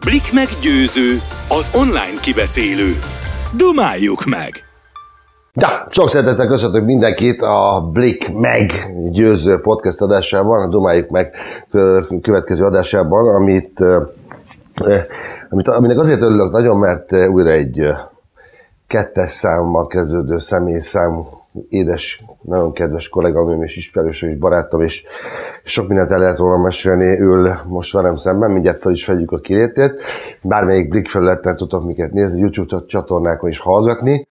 Blik meg Győző, az online kibeszélő. Dumáljuk meg! Ja, sok szeretettel köszöntök mindenkit a Blik meg Győző podcast adásában, a Dumáljuk meg következő adásában, aminek azért örülök nagyon, mert újra egy kettes számmal kezdődő személyszám, édes, nagyon kedves kolléganőm és ismerősöm és barátom, és sok mindent el lehet róla mesélni, ül most velem szemben, mindjárt fel is fedjük a kilétét. Bármelyik Blik felületen tudtok minket nézni, YouTube csatornákon is hallgatni.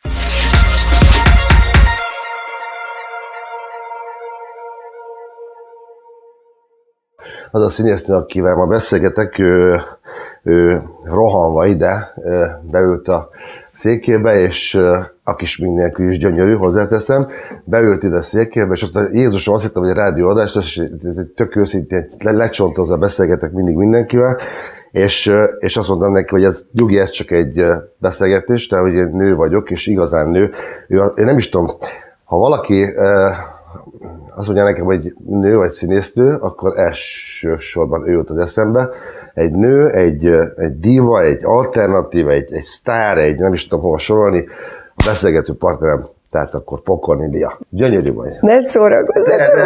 Az a színésznő, akivel ma beszélgetek, ő rohanva ide, beült a székébe, és a kis nélkül is gyönyörű, hozzáteszem, beült ide a székébe, és ott Jézusom azt hittem, hogy a rádióadást, és tök őszintén lecsontozva beszélgetek mindig mindenkivel, és azt mondtam neki, hogy ez nyugi, ez csak egy beszélgetés, de hogy én nő vagyok, és igazán nő. Én nem is tudom, ha valaki azt mondja nekem, hogy nő vagy színésznő, akkor elsősorban ő jut az eszembe. Egy nő, egy diva, egy alternatív, egy sztár, egy nem is tudom hova sorolni, a beszélgető partnerem, tehát akkor Pokornilia. Gyönyörű vagy. Ne szórakozz,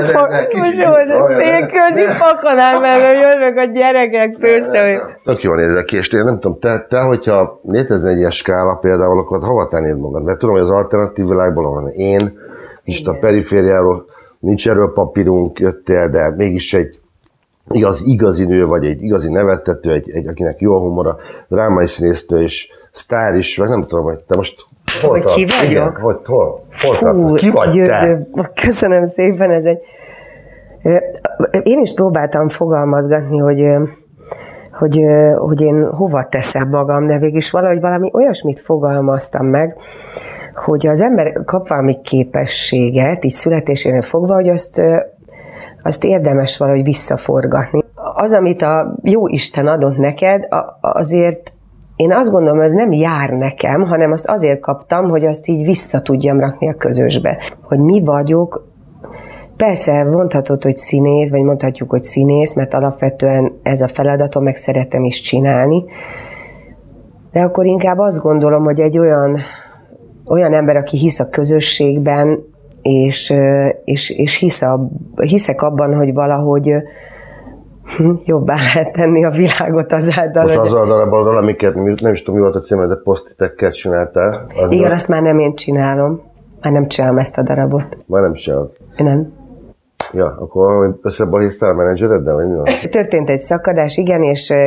félközi fakanál, mert jönnek a gyerekek főzte. Tök jól nézve ki, és én nem tudom, te hogyha létezne egy ilyen skála például, akkor hova tennéd magad? Mert tudom, hogy az alternatív világból van én, kicsit a perifériáról, nincs erről papírunk, jöttél, de mégis egy igazi nő, vagy egy igazi nevettető, akinek jó a humora, drámai színésznő és sztár is, meg nem tudom, hogy te most hol tartasz? Ki vagyok? Igen, hol tartasz? Ki vagy Győző, te? Köszönöm szépen, én is próbáltam fogalmazgatni, hogy én hova teszem magam, de végülis valahogy valami olyasmit fogalmaztam meg, hogy az ember kap valami képességet, így születésénél fogva, hogy azt érdemes valahogy visszaforgatni. Az, amit a jó Isten adott neked, azért én azt gondolom, hogy ez nem jár nekem, hanem azt azért kaptam, hogy azt így vissza tudjam rakni a közösbe. Hogy mi vagyok, persze mondhatod, hogy színész, vagy mondhatjuk, hogy színész, mert alapvetően ez a feladatom, meg szeretem is csinálni. De akkor inkább azt gondolom, hogy egy olyan ember, aki hisz a közösségben, és hiszek abban, hogy valahogy jobbá lehet tenni a világot azáltal. Most azzal a darabban, amiket nem is tudom, mi volt a címe, de posztitekkel csináltál. Igen, azt már nem én csinálom. Már nem csinálom ezt a darabot. Már nem csinálod? Nem. Ja, akkor összebalhéztál a menedzsereddel, vagy mi van? Történt egy szakadás, igen,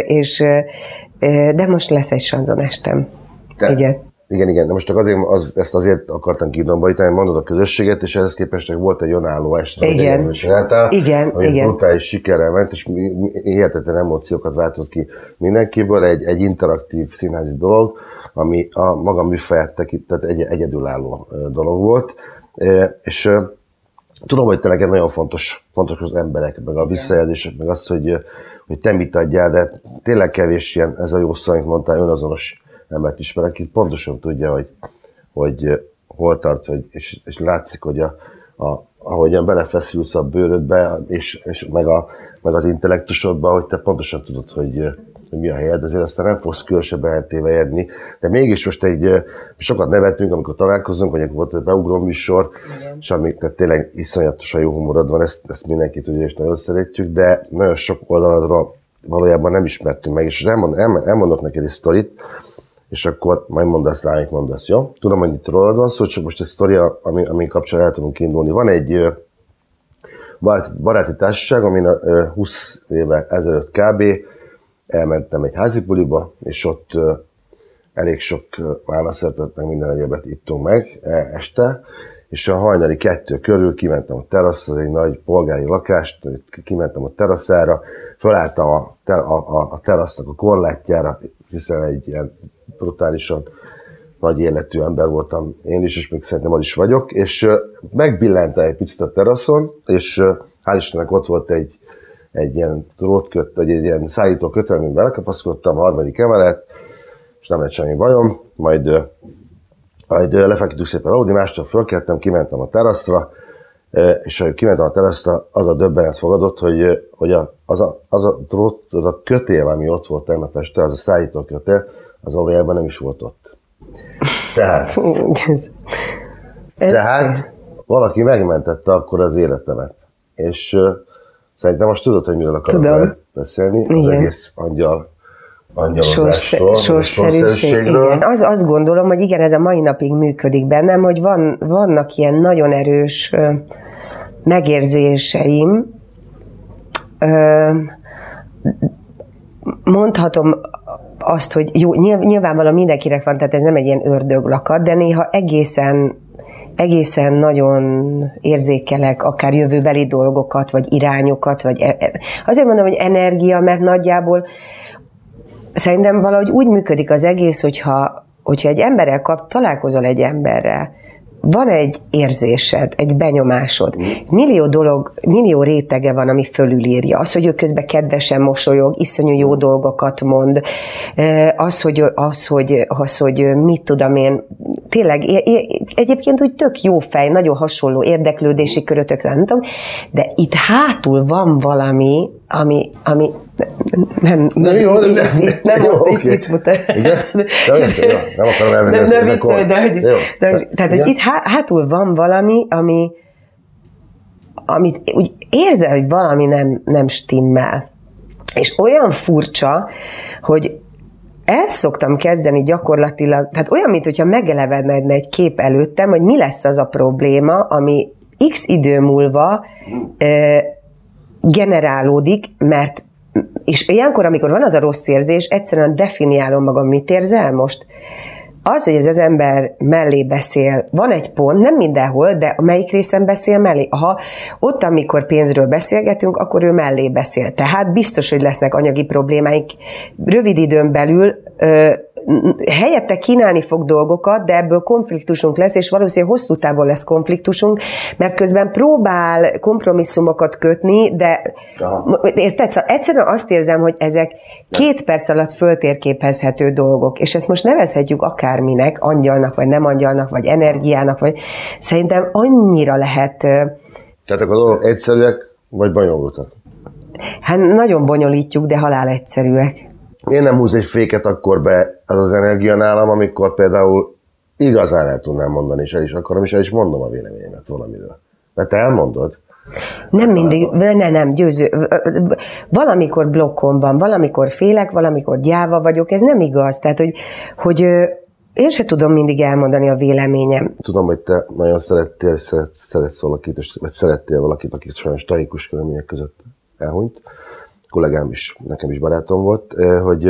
de most lesz egy sanzonestem. Igen. Igen, de most csak ezt azért akartam kidomborítani, mondod a közösséget, és ehhez képest volt egy önálló este, amit csináltál, ami brutális sikerrel ment, és hihetetlen emóciókat váltott ki mindenkiből, egy interaktív színházi dolog, ami a maga műfaját tekintett egy egyedülálló dolog volt, és tudom, hogy te neked nagyon fontos az emberek, meg a visszajelzések, meg az, hogy te mit adjál, de tényleg kevés ilyen, ez a jó szó, amit mondtál, önazonos embert ismerek, aki pontosan tudja, hogy hol tartsz, és látszik, hogy ahogyan belefeszülsz a bőrödbe, és meg az intellektusodba, hogy te pontosan tudod, hogy mi a helyed, ezért aztán nem fogsz különösebben eltévejedni. De mégis most sokat nevetünk, amikor találkozunk, vagy akkor volt egy beugró műsor, és amikor tényleg iszonyatosan jó humorod van, ezt mindenki tudja, és nagyon szeretjük, de nagyon sok oldaladról valójában nem ismertünk meg, és elmondok neked egy sztorit, és akkor majd mondasz rá, amit mondasz, jó? Tudom, hogy itt rólad van szó, csak most egy sztori, ami kapcsán el tudunk indulni. Van egy baráti társaság, amin 20 éve ezelőtt kb. Elmentem egy házi buliba, és ott elég sok álmaszerpet, meg minden egyebet ittunk meg este, és a hajnali 2 körül kimentem a teraszra, az egy nagy polgári lakást, kimentem a teraszára, felálltam a terasznak a korlátjára, hiszen egy ilyen brutálisan nagy életű ember voltam én is, és még szerintem az is vagyok, és megbillentem egy picit a teraszon, és hál' Istennek ott volt egy ilyen vagy egy ilyen szállító kötő, amin belekapaszkodtam, a 3. emelet, és nem lett semmi bajom, majd lefeküdtük szépen aludni, másnap fölkeltem, kimentem a teraszra, és ahogy kimentem a teraszra, az a döbbenet fogadott, hogy az a kötél, ami ott volt tegnap este, az a szállító kötél, az valójában nem is volt ott. Tehát valaki megmentette akkor az életemet. És szerintem most tudod, hogy miről akarok beszélni, az egész angyalozásról, sorszerűségről. Igen. Azt gondolom, hogy igen, ez a mai napig működik bennem, hogy vannak ilyen nagyon erős megérzéseim. Mondhatom azt, hogy jó, nyilvánvalóan mindenkinek van, tehát ez nem egy ilyen ördöglakat, de néha egészen nagyon érzékelek akár jövőbeli dolgokat, vagy irányokat, vagy azért mondom, hogy energia, mert nagyjából szerintem valahogy úgy működik az egész, hogyha egy emberrel találkozol egy emberrel, van egy érzésed, egy benyomásod, millió rétege van, ami fölülírja. Az, hogy ő közben kedvesen mosolyog, iszonyú jó dolgokat mond, az, hogy mit tudom én, tényleg egyébként úgy tök jó fej, nagyon hasonló érdeklődési körötök, nem tudom, de itt hátul van valami, ami nem mutat. Nem akarom elvenni tehát, hogy itt hátul van valami, amit úgy érzel, hogy valami nem stimmel. És olyan furcsa, hogy el szoktam kezdeni gyakorlatilag, tehát olyan, mintha megelevenedne egy kép előttem, hogy mi lesz az a probléma, ami x idő múlva generálódik, mert és ilyenkor, amikor van az a rossz érzés, egyszerűen definiálom magam, mit érzel most. Az, hogy ez az ember mellé beszél, van egy pont, nem mindenhol, de a melyik részen beszél mellé? Ott, amikor pénzről beszélgetünk, akkor ő mellé beszél. Tehát biztos, hogy lesznek anyagi problémáink. Rövid időn belül helyette kínálni fog dolgokat, de ebből konfliktusunk lesz, és valószínűleg hosszú távon lesz konfliktusunk, mert közben próbál kompromisszumokat kötni, de érted? Szóval egyszerűen azt érzem, hogy ezek 2 perc alatt föltérképezhető dolgok, és ezt most nevezhetjük akárminek, angyalnak, vagy nem angyalnak, vagy energiának, vagy szerintem annyira lehet... Tehát akkor a dolgok egyszerűek, vagy bonyolultak? Hát nagyon bonyolítjuk, de halál egyszerűek. Én nem húz egy féket akkor be az energia nálam, amikor például igazán el tudnám mondani, és el is mondom a véleményemet valamiről. Mert te elmondod. Nem mindig, nem, győző. Valamikor blokkom van, valamikor félek, valamikor gyáva vagyok, ez nem igaz. Tehát, hogy én se tudom mindig elmondani a véleményem. Tudom, hogy te nagyon szeretsz valakit, vagy szerettél valakit, akit sajnos tragikus körülmények között elhunyt. Kollégám is, nekem is barátom volt, hogy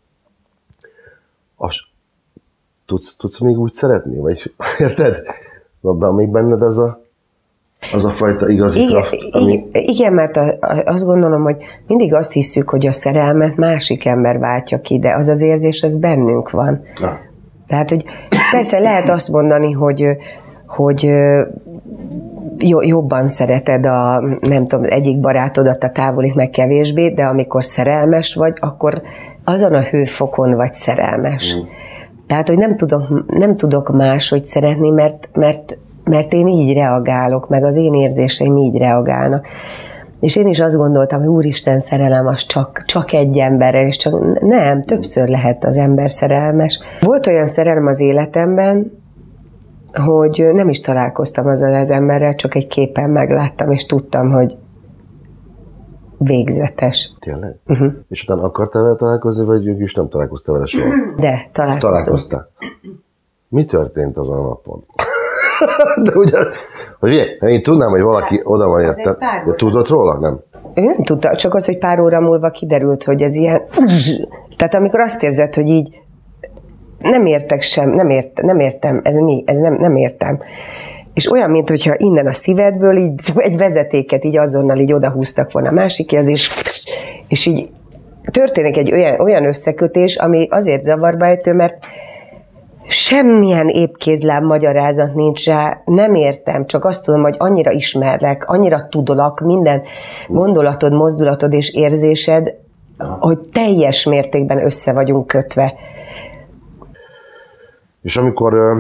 tudsz még úgy szeretni? Vagy érted? Van még benned az a fajta igazi kraft? Igen, mert azt gondolom, hogy mindig azt hiszük, hogy a szerelmet másik ember váltja ki, de az érzés, az bennünk van. Tehát, hogy persze lehet azt mondani, hogy jobban szereted nem tudom, egyik barátodat, a távolit meg kevésbé, de amikor szerelmes vagy, akkor azon a hőfokon vagy szerelmes. Tehát, hogy nem tudok máshogy szeretni, mert én így reagálok, meg az én érzéseim így reagálnak. És én is azt gondoltam, hogy úristen, szerelem az csak egy emberrel, és csak nem, többször lehet az ember szerelmes. Volt olyan szerelem az életemben, hogy nem is találkoztam azzal az emberrel, csak egy képen megláttam, és tudtam, hogy végzetes. Tényleg? Uh-huh. És utána akartál vele találkozni, vagy ők is nem találkoztál vele soha? De, találkoztál. Mi történt azon a napon? De ugyan, hogy én tudnám, hogy valaki oda van érte. De tudod róla, nem? Ő nem tudta, csak az, hogy pár óra múlva kiderült, hogy ez ilyen... Tehát amikor azt érzed, hogy így nem értem, ez mi, ez nem értem. És olyan, mintha innen a szívedből így egy vezetéket így azonnal így odahúztak volna a másikhez, és így történik egy olyan összekötés, ami azért zavarba ejtő, mert semmilyen épkézláb magyarázat nincs rá, nem értem, csak azt tudom, hogy annyira ismerlek, annyira tudolak, minden gondolatod, mozdulatod és érzésed, hogy teljes mértékben össze vagyunk kötve. És amikor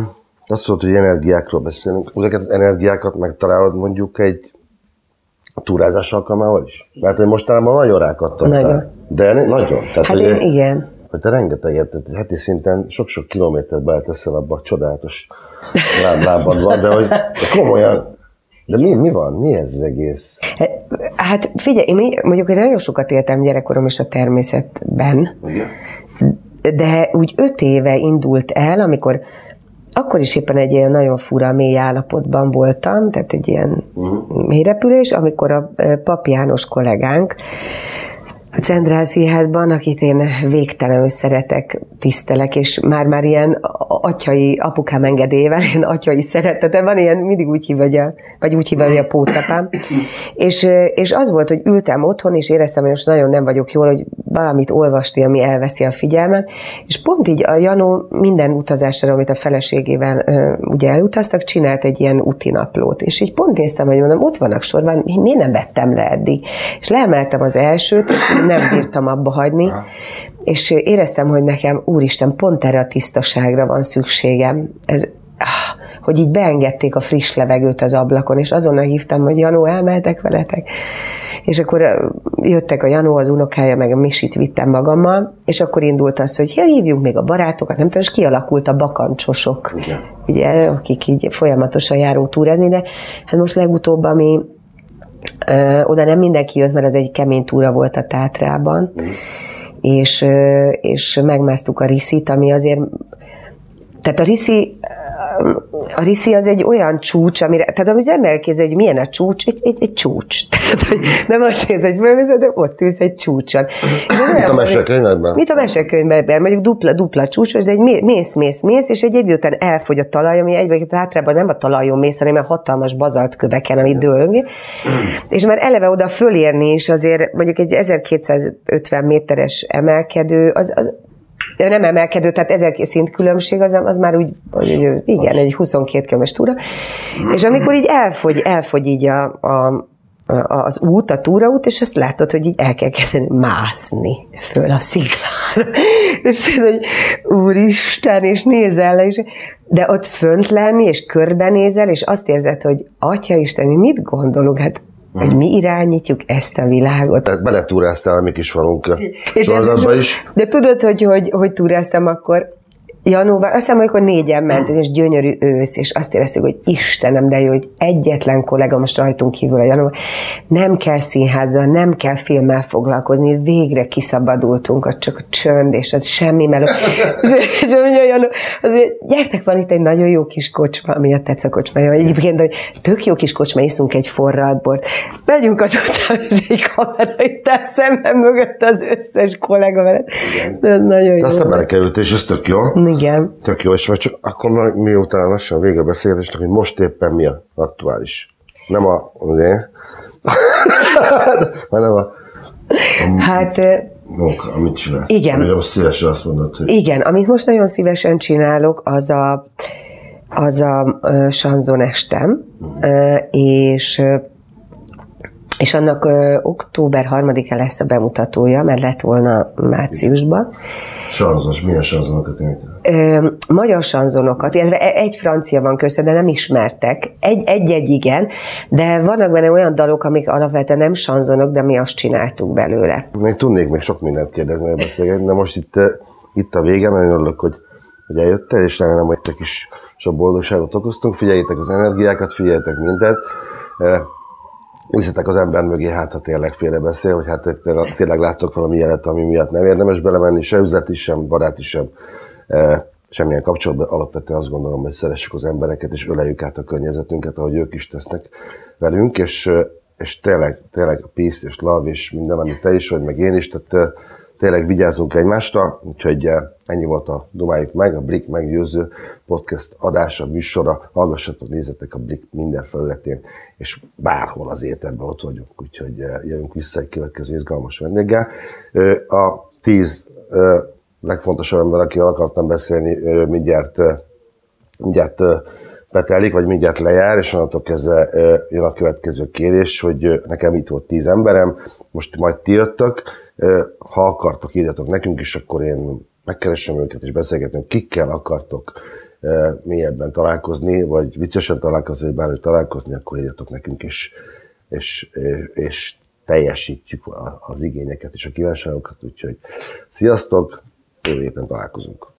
Azt mondod, hogy energiákról beszélünk. Ezeket az energiákat megtalálod mondjuk egy túrázás alkalmával is? Mert hogy mostanában nagyon rákattam. Nagyon. De nagyon. Tehát, hát igen. Hogy te rengeteget, heti szinten sok-sok kilométert beleteszel abba a csodálatos lábadba, de hogy komolyan. De mi van? Mi ez az egész? Hát figyelj, mondjuk én nagyon sokat éltem gyerekkorom is a természetben, de úgy 5 éve indult el, amikor akkor is éppen egy ilyen nagyon fura mély állapotban voltam, tehát egy ilyen mélyrepülés, amikor a Pap János kollégánk a Centrál Színházban, akit én végtelenül szeretek, tisztelek, és már ilyen apukám engedélyével, ilyen atyai szeretetem van, ilyen mindig úgy hívja, vagy úgy hívja, hogy a pótapám. És az volt, hogy ültem otthon, és éreztem, hogy most nagyon nem vagyok jól, hogy valamit olvasni, ami elveszi a figyelmem, és pont így a Janó minden utazásra, amit a feleségével ugye elutaztak, csinált egy ilyen útinaplót, és így pont néztem, hogy mondom, ott vannak sorban, miért nem vettem le eddig? És leemeltem az elsőt, és nem bírtam abba hagyni, és éreztem, hogy nekem, úristen, pont erre a tisztaságra van szükségem. Hogy így beengedték a friss levegőt az ablakon, és azonnal hívtam, hogy Janó, elmehetek veletek. És akkor jöttek a Janó, az unokája, meg a Misit vittem magammal, és akkor indult az, hogy hívjuk még a barátokat, nem tudom, és kialakult a bakancsosok, ugye, akik így folyamatosan járunk túrázni, de hát most legutóbb, ami oda nem mindenki jött, mert az egy kemény túra volt a Tátrában, és megmásztuk a Riszit, ami azért, tehát a Riszi az egy olyan csúcs, amire, tehát az ember elképzel, hogy milyen a csúcs, egy csúcs. Tehát, hogy nem azt néz, hogy fölmészed, de ott ülsz egy csúcson. Mint a mesekönyvben? Mint a mesekönyvben, mondjuk dupla csúcsos, de egy mész, és egy idő után elfogy a talaj, ami egyébként általában nem a talajon mész, hanem a hatalmas bazaltköveken, ami dőlni. És már eleve oda fölérni is azért mondjuk egy 1250 méteres emelkedő, az nem emelkedő, tehát 1000 szint különbség, az már úgy, igen, egy 22 km túra. És amikor így elfogy így az út, a túraút, és azt látod, hogy így el kell kezdeni mászni föl a sziklára. És tudod, hogy úristen, és nézel le, de ott fönt lenni, és körbenézel, és azt érzed, hogy Atyaisten, mi mit gondolunk? Hát hogy mi irányítjuk ezt a világot. Tehát beletúráztál a mi kis falunk sorozatba is. De tudod, hogy túráztam akkor Janóval, azt hiszem, amikor 4-en mentünk, és gyönyörű ősz, és azt éreztük, hogy Istenem, de jó, hogy egyetlen kollega most rajtunk kívül a Janóval. Nem kell színházzal, nem kell filmmel foglalkozni, végre kiszabadultunk, csak a csönd, és az semmi meló. És mondja Janó, azért gyertek, van itt egy nagyon jó kis kocsma, ami a Teca kocsmája. Egyébként, hogy tök jó kis kocsma, iszunk egy forralt bort. Megyünk az utcán, és egy kamera itt áll szemben mögött az összes kollega veled. Nagyon jó. Aztán belekerült, és ez tök jó. Igen. Tök jó, és csak akkor miután lassan vége a beszélgetésnek, hogy most éppen mi a aktuális. Nem hanem hát, munka, amit csinálsz. Igen. Amire most szívesen azt mondod, hogy... Igen, amit most nagyon szívesen csinálok, az a Sanzon estem, és annak október 3-án lesz a bemutatója, mert lett volna márciusban. Sanzons, milyen sanzonokat énekel? Magyar sanzonokat, illetve egy francia van közte, de nem ismertek. Egy igen, de vannak benne olyan dalok, amik alapvetően nem sanzonok, de mi azt csináltuk belőle. Még tudnék még sok mindent kérdezni, hogy beszélgetni, de most itt a vége, nagyon örülök, hogy eljöttél, és remélem, hogy te is sok boldogságot okoztunk. Figyeljétek az energiákat, figyeljétek mindent. Nézzetek az ember mögé, hát ha tényleg félrebeszél, hogy hát tényleg láttok valami jelet, ami miatt nem érdemes belemenni, se üzleti, sem baráti, sem semmilyen kapcsolatban. Alapvetően azt gondolom, hogy szeressük az embereket, és öleljük át a környezetünket, ahogy ők is tesznek velünk, és tényleg a peace és love és minden, amit te is vagy, meg én is, tehát tényleg vigyázzunk egymásra, úgyhogy ennyi volt a Dumáljuk meg, a Blik meggyőző podcast adása, műsora. Hallgassatok, nézzetek a Blik minden felületén, és bárhol az éterben ott vagyunk, úgyhogy jövünk vissza egy következő izgalmas vendéggel. A 10 legfontosabb ember, akivel akartam beszélni, mindjárt betelik, vagy mindjárt lejár, és onnantól kezdve jön a következő kérés, hogy nekem itt volt 10 emberem, most majd ti jöttök, ha akartok, írjatok nekünk is, akkor én megkeresem őket, és beszélgetünk, kikkel akartok mélyebben találkozni, vagy viccesen találkozni, vagy bárhogy találkozni, akkor írjatok nekünk, és teljesítjük az igényeket és a kívánságokat. Úgyhogy sziasztok, jövő héten találkozunk.